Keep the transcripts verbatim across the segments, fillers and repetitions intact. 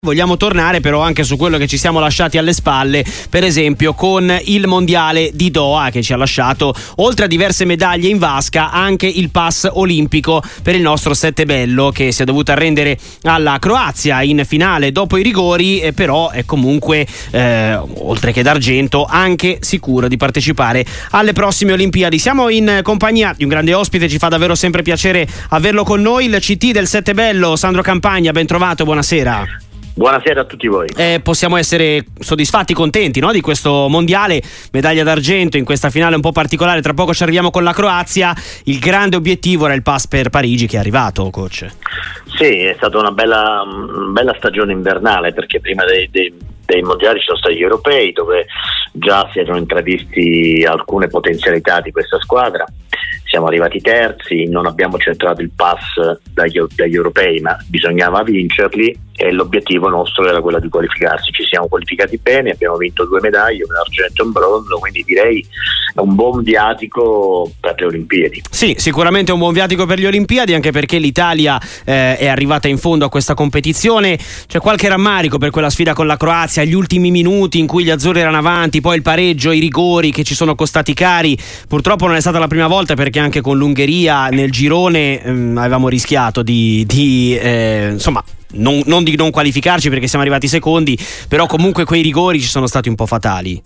Vogliamo tornare però anche su quello che ci siamo lasciati alle spalle, per esempio con il mondiale di Doha, che ci ha lasciato, oltre a diverse medaglie in vasca, anche il pass olimpico per il nostro Settebello, che si è dovuto arrendere alla Croazia in finale dopo i rigori, eh, però è comunque eh, oltre che d'argento anche sicuro di partecipare alle prossime Olimpiadi. Siamo in compagnia di un grande ospite, ci fa davvero sempre piacere averlo con noi, il C T del Settebello, Sandro Campagna. Ben trovato, buonasera. Buonasera a tutti voi. Eh, possiamo essere soddisfatti, contenti, no, di questo mondiale, medaglia d'argento in questa finale un po' particolare. Tra poco ci arriviamo con la Croazia. Il grande obiettivo era il pass per Parigi, che è arrivato, coach. Sì, è stata una bella, bella stagione invernale, perché prima dei, dei, dei mondiali ci sono stati gli europei, dove già si erano intravisti alcune potenzialità di questa squadra. Siamo arrivati terzi, non abbiamo centrato il pass dagli, dagli europei, ma bisognava vincerli e l'obiettivo nostro era quello di qualificarsi. Ci siamo qualificati bene, abbiamo vinto due medaglie, un argento e un bronzo, quindi direi un buon viatico per le Olimpiadi. Sì, sicuramente un buon viatico per le Olimpiadi, anche perché l'Italia eh, è arrivata in fondo a questa competizione. C'è qualche rammarico per quella sfida con la Croazia, gli ultimi minuti in cui gli azzurri erano avanti, poi il pareggio, i rigori che ci sono costati cari. Purtroppo non è stata la prima volta, perché anche con l'Ungheria nel girone ehm, avevamo rischiato di, di eh, insomma non, non di non qualificarci, perché siamo arrivati secondi, però comunque quei rigori ci sono stati un po' fatali.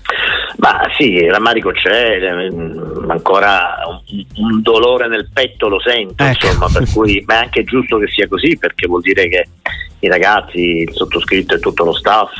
Ma sì, il rammarico c'è, ancora un, un dolore nel petto lo sento, ecco. Insomma, per cui, ma è anche giusto che sia così, perché vuol dire che i ragazzi, il sottoscritto e tutto lo staff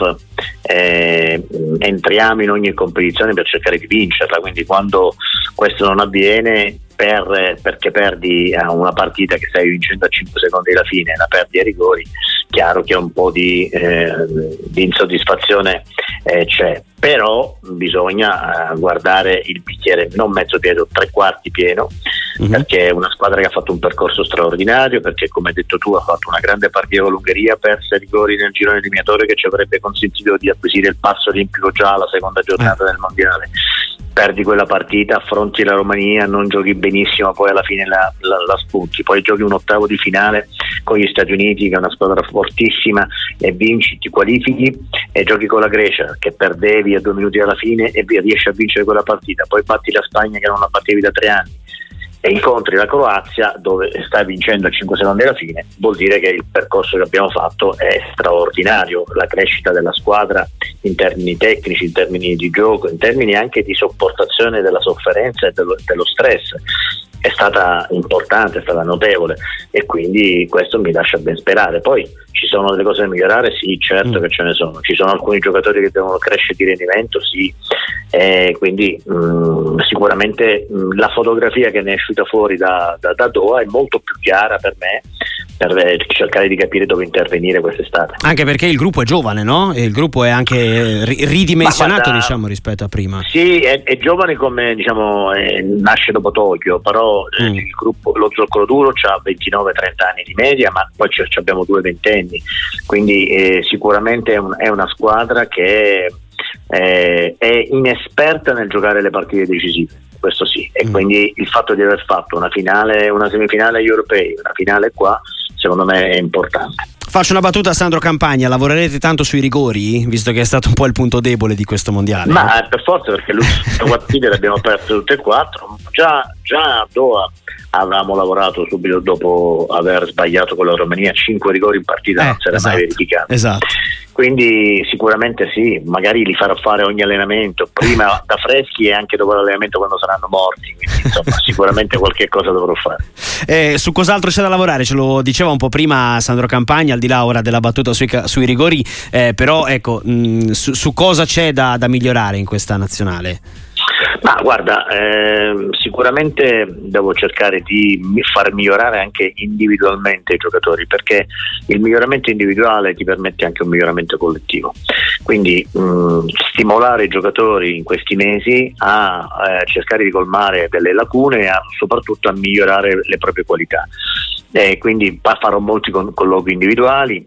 eh, entriamo in ogni competizione per cercare di vincerla, quindi quando questo non avviene, per, perché perdi una partita che stai vincendo a cinque secondi alla fine e la perdi ai rigori, chiaro che un po' di, eh, di insoddisfazione eh, c'è, però bisogna eh, guardare il bicchiere non mezzo pieno, tre quarti pieno, mm-hmm. perché è una squadra che ha fatto un percorso straordinario, perché come hai detto tu ha fatto una grande partita con l'Ungheria, perse rigori nel girone eliminatorio che ci avrebbe consentito di acquisire il passo olimpico già alla seconda giornata eh. del mondiale. Perdi quella partita, affronti la Romania, non giochi benissimo, poi alla fine la, la, la spunti, poi giochi un ottavo di finale con gli Stati Uniti, che è una squadra fortissima, e vinci, ti qualifichi, e giochi con la Grecia che perdevi a due minuti alla fine e riesci a vincere quella partita, poi batti la Spagna che non la battevi da tre anni e incontri la Croazia dove stai vincendo a cinque secondi alla fine. Vuol dire che il percorso che abbiamo fatto è straordinario, la crescita della squadra in termini tecnici, in termini di gioco, in termini anche di sopportazione della sofferenza e dello, dello stress è stata importante, è stata notevole, e quindi questo mi lascia ben sperare. Poi ci sono delle cose da migliorare, sì, certo mm. che ce ne sono, ci sono alcuni giocatori che devono crescere di rendimento, sì, e quindi mh, sicuramente mh, la fotografia che ne è uscita fuori da, da, da Doha è molto più chiara per me, per cercare di capire dove intervenire quest'estate. Anche perché il gruppo è giovane, no? E il gruppo è anche ridimensionato, guarda, diciamo, rispetto a prima. Sì, è, è giovane come, diciamo, è, nasce dopo Tokyo, però mm. il gruppo, lo zoccolo duro ha ventinove trenta anni di media, ma poi c- abbiamo due ventenni, quindi eh, sicuramente è, un, è una squadra che eh, è inesperta nel giocare le partite decisive, questo sì, e mm. quindi il fatto di aver fatto una finale, una semifinale agli europei, una finale qua, secondo me è importante. Faccio una battuta a Sandro Campagna: lavorerete tanto sui rigori, visto che è stato un po' il punto debole di questo mondiale? Ma eh, per forza, perché le quattro partite le abbiamo perse tutte e quattro. Già, già a Doha avevamo lavorato subito dopo aver sbagliato con la Romania, cinque rigori in partita, eh, non si era esatto, mai verificato. Esatto. Quindi sicuramente sì, magari li farò fare ogni allenamento, prima da freschi e anche dopo l'allenamento quando saranno morti, quindi insomma sicuramente qualche cosa dovrò fare. Eh, su cos'altro c'è da lavorare? Ce lo diceva un po' prima Sandro Campagna, al di là ora della battuta sui, sui rigori, eh, però ecco, mh, su, su cosa c'è da, da migliorare in questa nazionale? Ma guarda, eh, sicuramente devo cercare di far migliorare anche individualmente i giocatori, perché il miglioramento individuale ti permette anche un miglioramento collettivo, quindi mh, stimolare i giocatori in questi mesi a eh, cercare di colmare delle lacune e a, soprattutto a migliorare le proprie qualità. eh, quindi farò molti con, colloqui individuali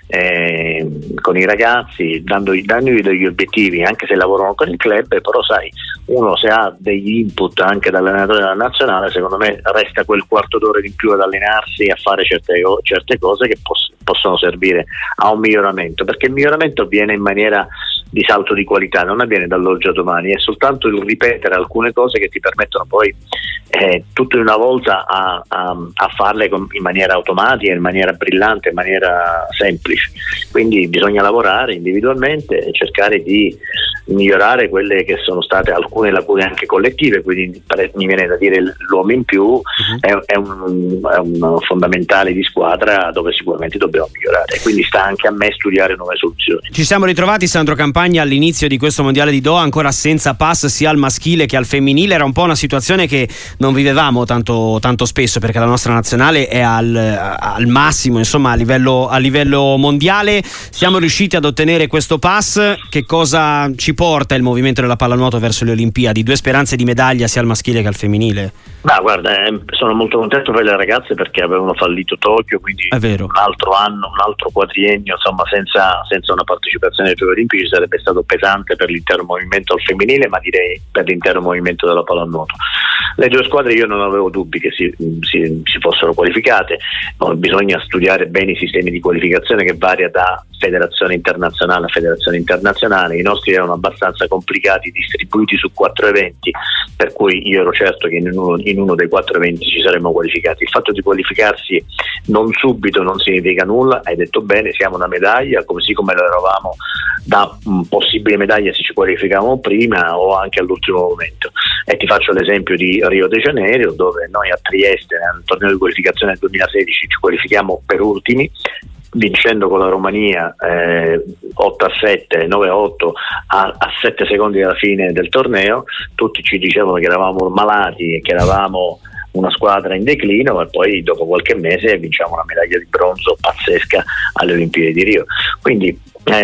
eh, con i ragazzi, dandogli, dandogli degli obiettivi, anche se lavorano con il club, però sai, uno se ha degli input anche dall'allenatore della nazionale, secondo me resta quel quarto d'ora in più ad allenarsi, a fare certe, certe cose che poss- possono servire a un miglioramento, perché il miglioramento avviene in maniera di salto di qualità, non avviene dall'oggi a domani, è soltanto il ripetere alcune cose che ti permettono poi eh, tutto in una volta a, a, a farle con, in maniera automatica, in maniera brillante, in maniera semplice. Quindi bisogna lavorare individualmente e cercare di migliorare quelle che sono state alcune lacune anche collettive, quindi mi viene da dire l'uomo in più uh-huh. è, è, un, è un fondamentale di squadra dove sicuramente dobbiamo migliorare, quindi sta anche a me studiare nuove soluzioni. Ci siamo ritrovati, Sandro Campagna, all'inizio di questo mondiale di Doha ancora senza pass sia al maschile che al femminile. Era un po' una situazione che non vivevamo tanto, tanto spesso, perché la nostra nazionale è al, al massimo, insomma, a livello, a livello mondiale. Siamo riusciti ad ottenere questo pass. Che cosa ci porta il movimento della pallanuoto verso le Olimpiadi? Due speranze di medaglia sia al maschile che al femminile. Ma guarda, eh, sono molto contento per le ragazze perché avevano fallito Tokyo, quindi un altro anno, un altro quadriennio, insomma, senza, senza una partecipazione ai Giochi Olimpici sarebbe stato pesante per l'intero movimento al femminile, ma direi per l'intero movimento della pallanuoto. Le due squadre io non avevo dubbi che si, si, si fossero qualificate, bisogna studiare bene i sistemi di qualificazione che varia da federazione internazionale a federazione internazionale. I nostri erano abbastanza complicati, distribuiti su quattro eventi, per cui io ero certo che in uno, in uno dei quattro eventi ci saremmo qualificati. Il fatto di qualificarsi non subito non significa nulla, hai detto bene, siamo una medaglia, così come lo eravamo da um, possibile medaglia se ci qualificavamo prima o anche all'ultimo momento. E ti faccio l'esempio di Rio de Janeiro, dove noi a Trieste nel torneo di qualificazione del duemilasedici ci qualifichiamo per ultimi, vincendo con la Romania eh, otto a sette, nove a otto a, a sette secondi dalla fine del torneo. Tutti ci dicevano che eravamo malati e che eravamo una squadra in declino, e poi dopo qualche mese vinciamo una medaglia di bronzo pazzesca alle Olimpiadi di Rio. Quindi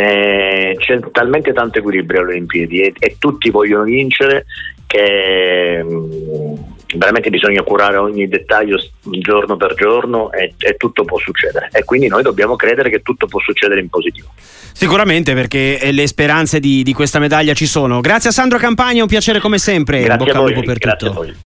eh, c'è talmente tanto equilibrio alle Olimpiadi e, e tutti vogliono vincere che mh, veramente bisogna curare ogni dettaglio giorno per giorno e, e tutto può succedere, e quindi noi dobbiamo credere che tutto può succedere in positivo. Sicuramente, perché le speranze di, di questa medaglia ci sono. Grazie a Sandro Campagna, un piacere come sempre. Grazie Bocca a voi, al lupo per grazie tutto. A voi.